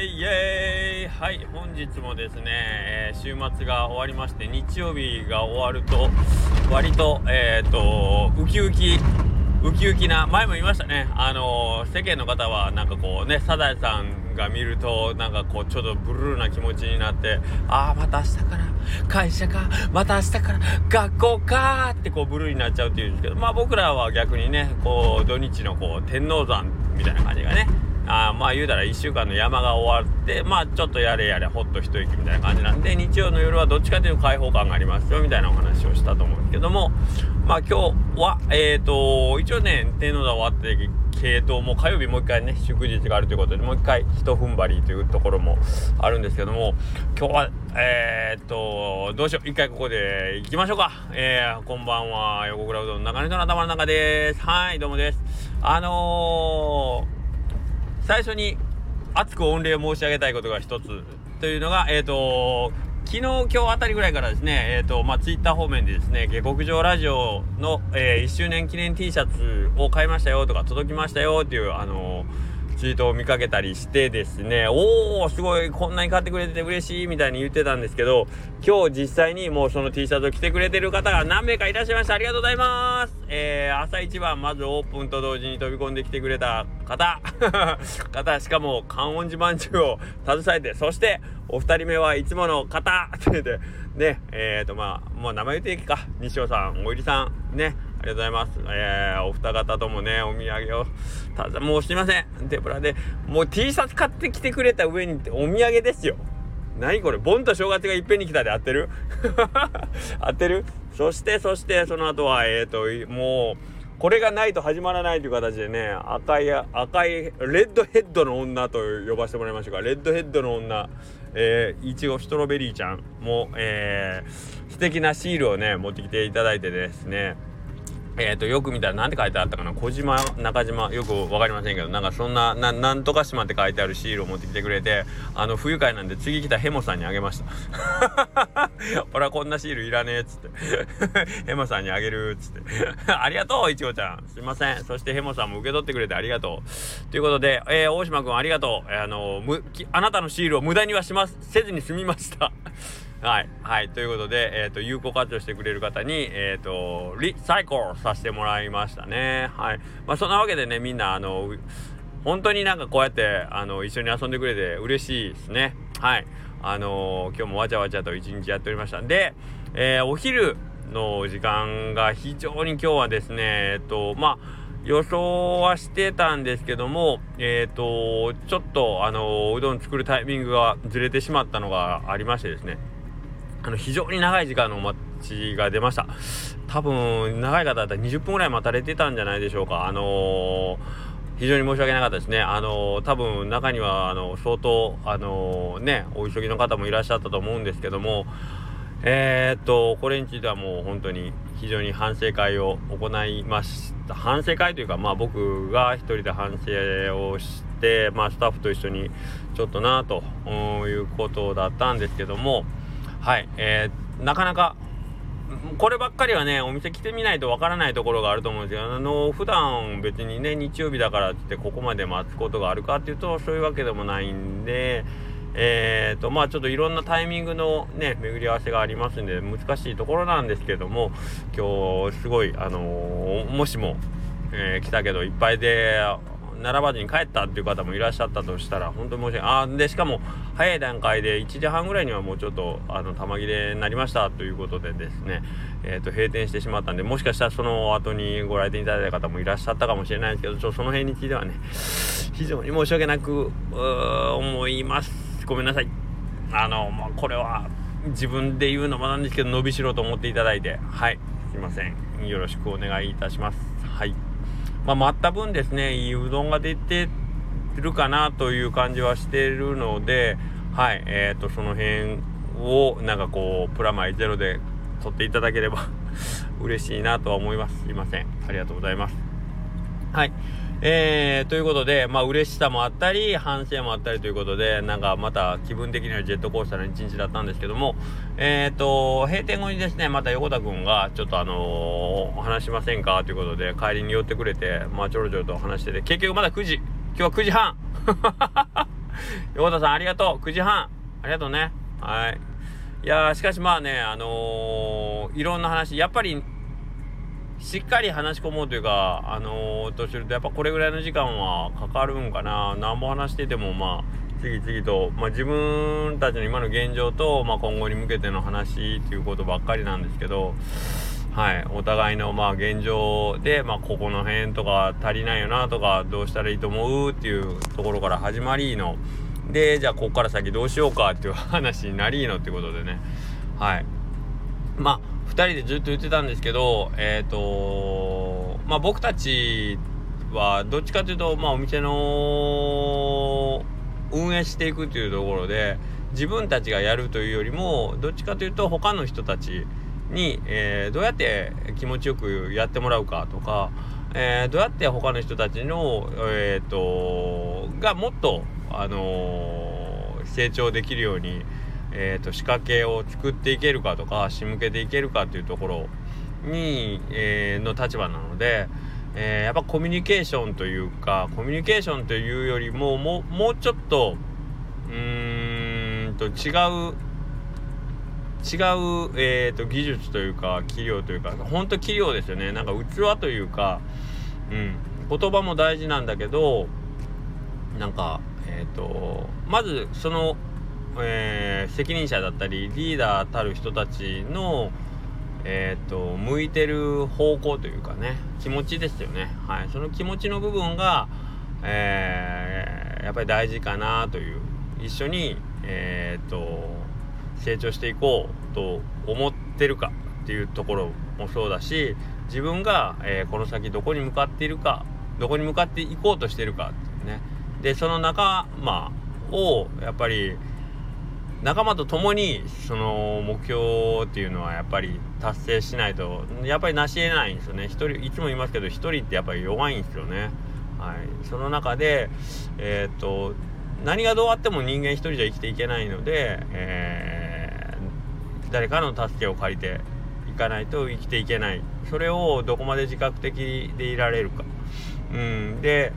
イエーイ。はい、本日もですね、週末が終わりまして、日曜日が終わると割とウキウキな、前も言いましたね、世間の方はなんかこうね、サザエさんが見るとなんかこうちょっとブルーな気持ちになって、また明日から会社か、また明日から学校かってこうブルーになっちゃうっていうんですけど、僕らは逆にね、こう土日のこう天王山みたいな感じがね、言うたら1週間の山が終わって、ちょっとやれやれほっと一息みたいな感じなんで、日曜の夜はどっちかというと開放感がありますよみたいなお話をしたと思うんですけども、今日は一応ね、天王山終わってもう火曜日もう一回ね祝日があるということで、もう一回一踏ん張りというところもあるんですけども、今日はどうしよう、一回ここで行きましょうか。こんばんは、横倉うどん中根との頭の中です。はい、どうもです。最初に熱く御礼申し上げたいことが一つというのが、昨日今日あたりぐらいからですね、ツイッター方面でですね、下克上ラジオの、1周年記念 T シャツを買いましたよとか届きましたよっていうツイートを見かけたりしてですね、すごいこんなに買ってくれてて嬉しいみたいに言ってたんですけど、今日実際にもうその T シャツを着てくれてる方が何名かいらっしゃいました。ありがとうございます。朝一番まずオープンと同時に飛び込んできてくれた方しかも観音寺まんじゅうを携えて、そしてお二人目はいつもの方って言ってね、もう名前言っていいか、西尾さん、おいりさんね、ありがとうございます。お二方ともね、お土産をもうすいません、手ぶらでもう T シャツ買ってきてくれた上にお土産ですよ。何これ、盆と正月がいっぺんに来たで合ってる合ってる。そしてその後はもうこれがないと始まらないという形でね、赤いレッドヘッドの女と呼ばせてもらいましょうか。レッドヘッドの女、いちごストロベリーちゃんも、素敵なシールをね持ってきていただいてですね、よく見たら何て書いてあったかな、小島中島よく分かりませんけど、なんかそんななんとか島って書いてあるシールを持ってきてくれて、不愉快なんで次来たヘモさんにあげました俺はこんなシールいらねえっつってヘモさんにあげるっつってありがとういちごちゃん、すいません。そしてヘモさんも受け取ってくれてありがとうということで、大島くんありがとう。あなたのシールを無駄にはせずに済みましたはいということで、有効活用してくれる方にリサイクルさせてもらいましたね。そんなわけでね、みんな本当になんかこうやって一緒に遊んでくれて嬉しいですね。今日もわちゃわちゃと一日やっておりましたんで、お昼の時間が非常に今日はですね、予想はしてたんですけども、ちょっとうどん作るタイミングがずれてしまったのがありましてですね、非常に長い時間のお待ちが出ました。多分長い方だったら20分ぐらい待たれてたんじゃないでしょうか。非常に申し訳なかったですね。多分中には相当お急ぎの方もいらっしゃったと思うんですけども、これについてはもう本当に非常に反省会を行いました。反省会というか、僕が一人で反省をして、スタッフと一緒にちょっとなということだったんですけども、なかなかこればっかりはね、お店来てみないとわからないところがあると思うんですけど、普段別にね、日曜日だからってここまで待つことがあるかっていうとそういうわけでもないんで、ちょっといろんなタイミングのね巡り合わせがありますんで難しいところなんですけども、今日すごいもしも、来たけどいっぱいで並ばずに帰ったっていう方もいらっしゃったとしたら本当に申し訳ない。でしかも早い段階で1時半ぐらいにはもうちょっと玉切れになりましたということでですね、閉店してしまったんで、もしかしたらその後にご来店いただいた方もいらっしゃったかもしれないですけど、その辺についてはね非常に申し訳なく思います。ごめんなさい。これは自分で言うのもなんですけど伸びしろと思っていただいて、すいません、よろしくお願いいたします。待った分ですね、いいうどんが出てるかなという感じはしてるので、その辺をなんかこうプラマイゼロで取っていただければ嬉しいなとは思います。すいません、ありがとうございます。ということで、嬉しさもあったり反省もあったりということで、なんかまた気分的にはジェットコースターの一日だったんですけども、閉店後にですね、また横田くんがちょっと話しませんかということで帰りに寄ってくれて、ちょろちょろと話してて、結局まだ9時、今日は9時半横田さんありがとう。9時半ありがとうね。はい。いやしかしまあね、いろんな話、やっぱりしっかり話し込もうというか、とするとやっぱこれぐらいの時間はかかるんかな。何も話しててもまあ次々と、自分たちの今の現状と、今後に向けての話っていうことばっかりなんですけど、はい、お互いの現状で、ここの辺とか足りないよなとか、どうしたらいいと思うっていうところから始まりので、じゃあここから先どうしようかっていう話になりのってことでね、はい、2人でずっと言ってたんですけど、僕たちはどっちかというと、お店の運営していくというところで、自分たちがやるというよりもどっちかというと他の人たちに、どうやって気持ちよくやってもらうかとか、どうやって他の人たちの、がもっと、成長できるように、仕掛けを作っていけるかとか仕向けていけるかというところに、の立場なので、やっぱコミュニケーションというか、コミュニケーションというよりももうちょっと違う、技術というか器量というか、本当器量ですよね。なんか器というか、言葉も大事なんだけど、なんかまずその、責任者だったりリーダーたる人たちの向いてる方向というかね、気持ちですよね。はい、その気持ちの部分が、やっぱり大事かなという、一緒に成長していこうと思ってるかっていうところもそうだし、自分が、この先どこに向かっているか、どこに向かっていこうとしているかっていうね。でその仲間をやっぱり仲間と共にその目標っていうのはやっぱり達成しないとやっぱり成し得ないんですよね。一人、いつも言いますけど、一人ってやっぱり弱いんですよね。はい、その中で何がどうあっても人間一人じゃ生きていけないので、誰かの助けを借りていかないと生きていけない。それをどこまで自覚的でいられるか、で、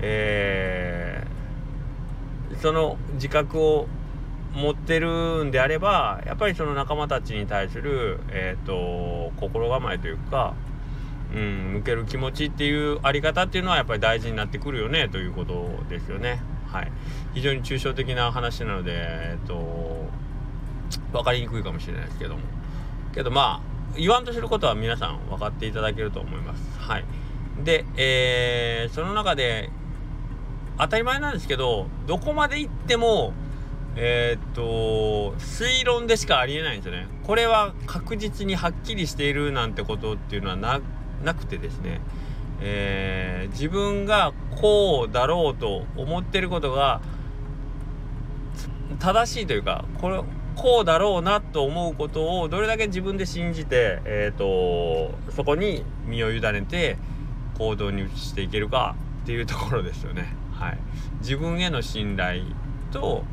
その自覚を持ってるんであれば、やっぱりその仲間たちに対する、心構えというか、向ける気持ちっていうあり方っていうのはやっぱり大事になってくるよねということですよね。はい、非常に抽象的な話なので、分かりにくいかもしれないですけども、言わんとすることは皆さん分かっていただけると思います。はい、で、その中で当たり前なんですけど、どこまで行っても推論でしかありえないんですよね。これは確実にはっきりしているなんてことっていうのはなくてですね、自分がこうだろうと思ってることが正しいというか、こうだろうなと思うことをどれだけ自分で信じて、そこに身を委ねて行動に移していけるかっていうところですよね。はい、自分への信頼と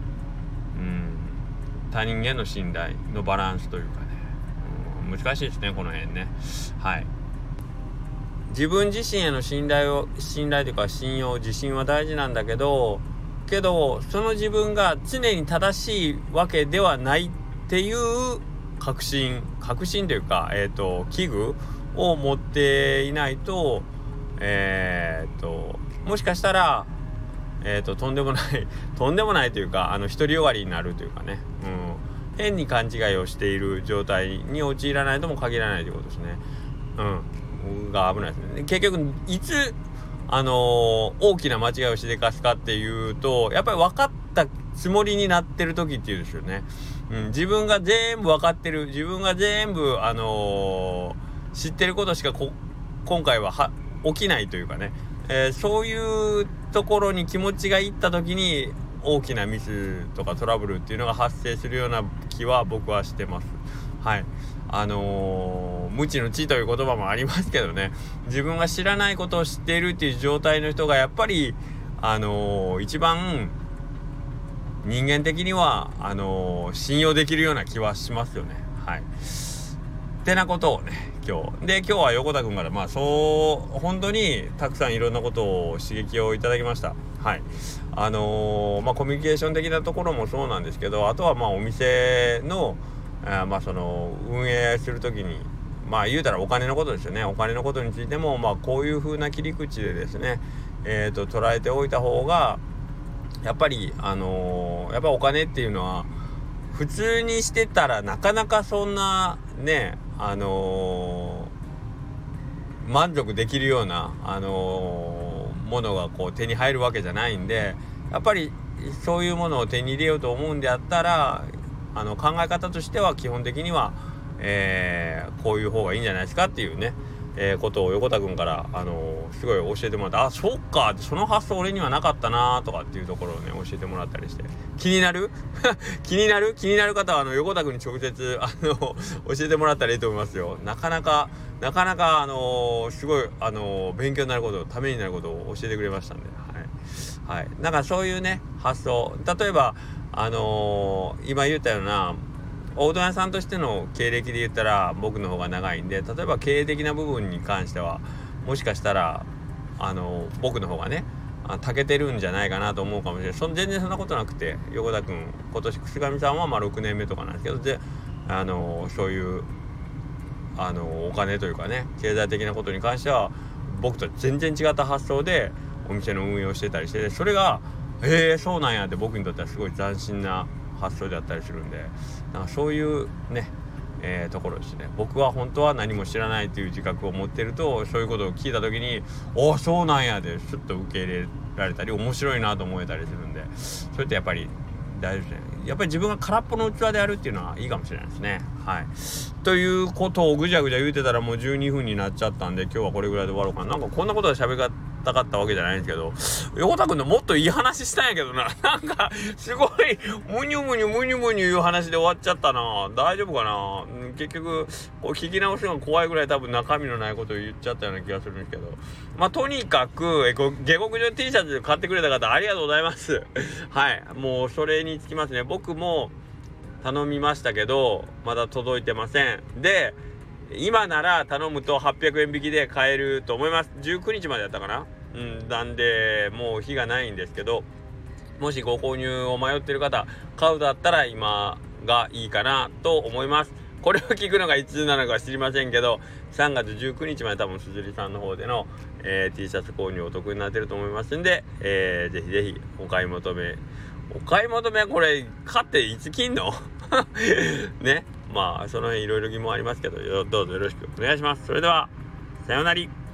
他人への信頼のバランスというかね、難しいですね、この辺ね。はい、自分自身への信頼というか信用、自信は大事なんだけどその自分が常に正しいわけではないっていう確信というか、危惧を持っていないと、もしかしたらとんでもないというか、独りよがりになるというかね、変に勘違いをしている状態に陥らないとも限らないということですね。が危ないですね。結局いつ大きな間違いをしでかすかっていうと、やっぱり分かったつもりになってる時っていうんですよね。自分が全部分かってる、自分が全部知ってることしか今回は起きないというかね、そういうところに気持ちがいった時に大きなミスとかトラブルっていうのが発生するような気は僕はしてます。はい、無知の知という言葉もありますけどね、自分が知らないことを知っているっていう状態の人がやっぱり一番人間的には信用できるような気はしますよね。はい、ってなことをね今日は横田くんから本当にたくさんいろんなことを刺激をいただきました。はい。コミュニケーション的なところもそうなんですけど、あとはお店のその運営するときに言うたらお金のことですよね。お金のことについてもこういう風な切り口でですね捉えておいた方がやっぱりやっぱお金っていうのは普通にしてたらなかなかそんなね満足できるようなものが手に入るわけじゃないんで、やっぱりそういうものを手に入れようと思うんであったら考え方としては基本的には、こういう方がいいんじゃないですかっていうね、ことを横田君からすごい教えてもらって、そっかその発想俺にはなかったなとかっていうところをね教えてもらったりして、気になる気になる方は横田君に直接教えてもらったらいいと思いますよ。なかなかすごい勉強になること、ためになることを教えてくれましたんで、はい、なんかそういうね発想、例えば今言ったようなおうどん屋さんとしての経歴で言ったら僕の方が長いんで、例えば経営的な部分に関してはもしかしたら僕の方がね長けてるんじゃないかなと思うかもしれない。全然そんなことなくて、横田君今年楠上さんは6年目とかなんですけど、でそういうお金というかね経済的なことに関しては僕と全然違った発想でお店の運営をしてたりして、それがそうなんやって僕にとってはすごい斬新な発想であったりするんで、なんかそういうねところですね。僕は本当は何も知らないという自覚を持ってると、そういうことを聞いた時にそうなんやでちょっと受け入れられたり面白いなと思えたりするんで、それってやっぱり大丈夫ですね。やっぱり自分が空っぽの器であるっていうのはいいかもしれないですね。はい。ということをぐちゃぐちゃ言うてたらもう12分になっちゃったんで、今日はこれぐらいで終わろうかな。なんかこんなことで喋たかったわけじゃないんですけど、横田くんのもっといい話したんやけどな。なんかすごいむにゅむにゅいう話で終わっちゃったな。大丈夫かな。結局聞き直しが怖いぐらい多分中身のないことを言っちゃったような気がするんですけど、とにかく下克上 T シャツ買ってくれた方ありがとうございます。はい、もうそれにつきますね。僕も頼みましたけどまだ届いてません。で今なら頼むと800円引きで買えると思います。19日までやったかな。なんでもう日がないんですけど、もしご購入を迷ってる方、買うだったら今がいいかなと思います。これを聞くのがいつなのか知りませんけど、3月19日まで多分すずりさんの方での、T シャツ購入お得になってると思いますんで、ぜひぜひお買い求めこれ買っていつ切んのね。その辺いろいろ疑問ありますけど、どうぞよろしくお願いします。それではさようなら。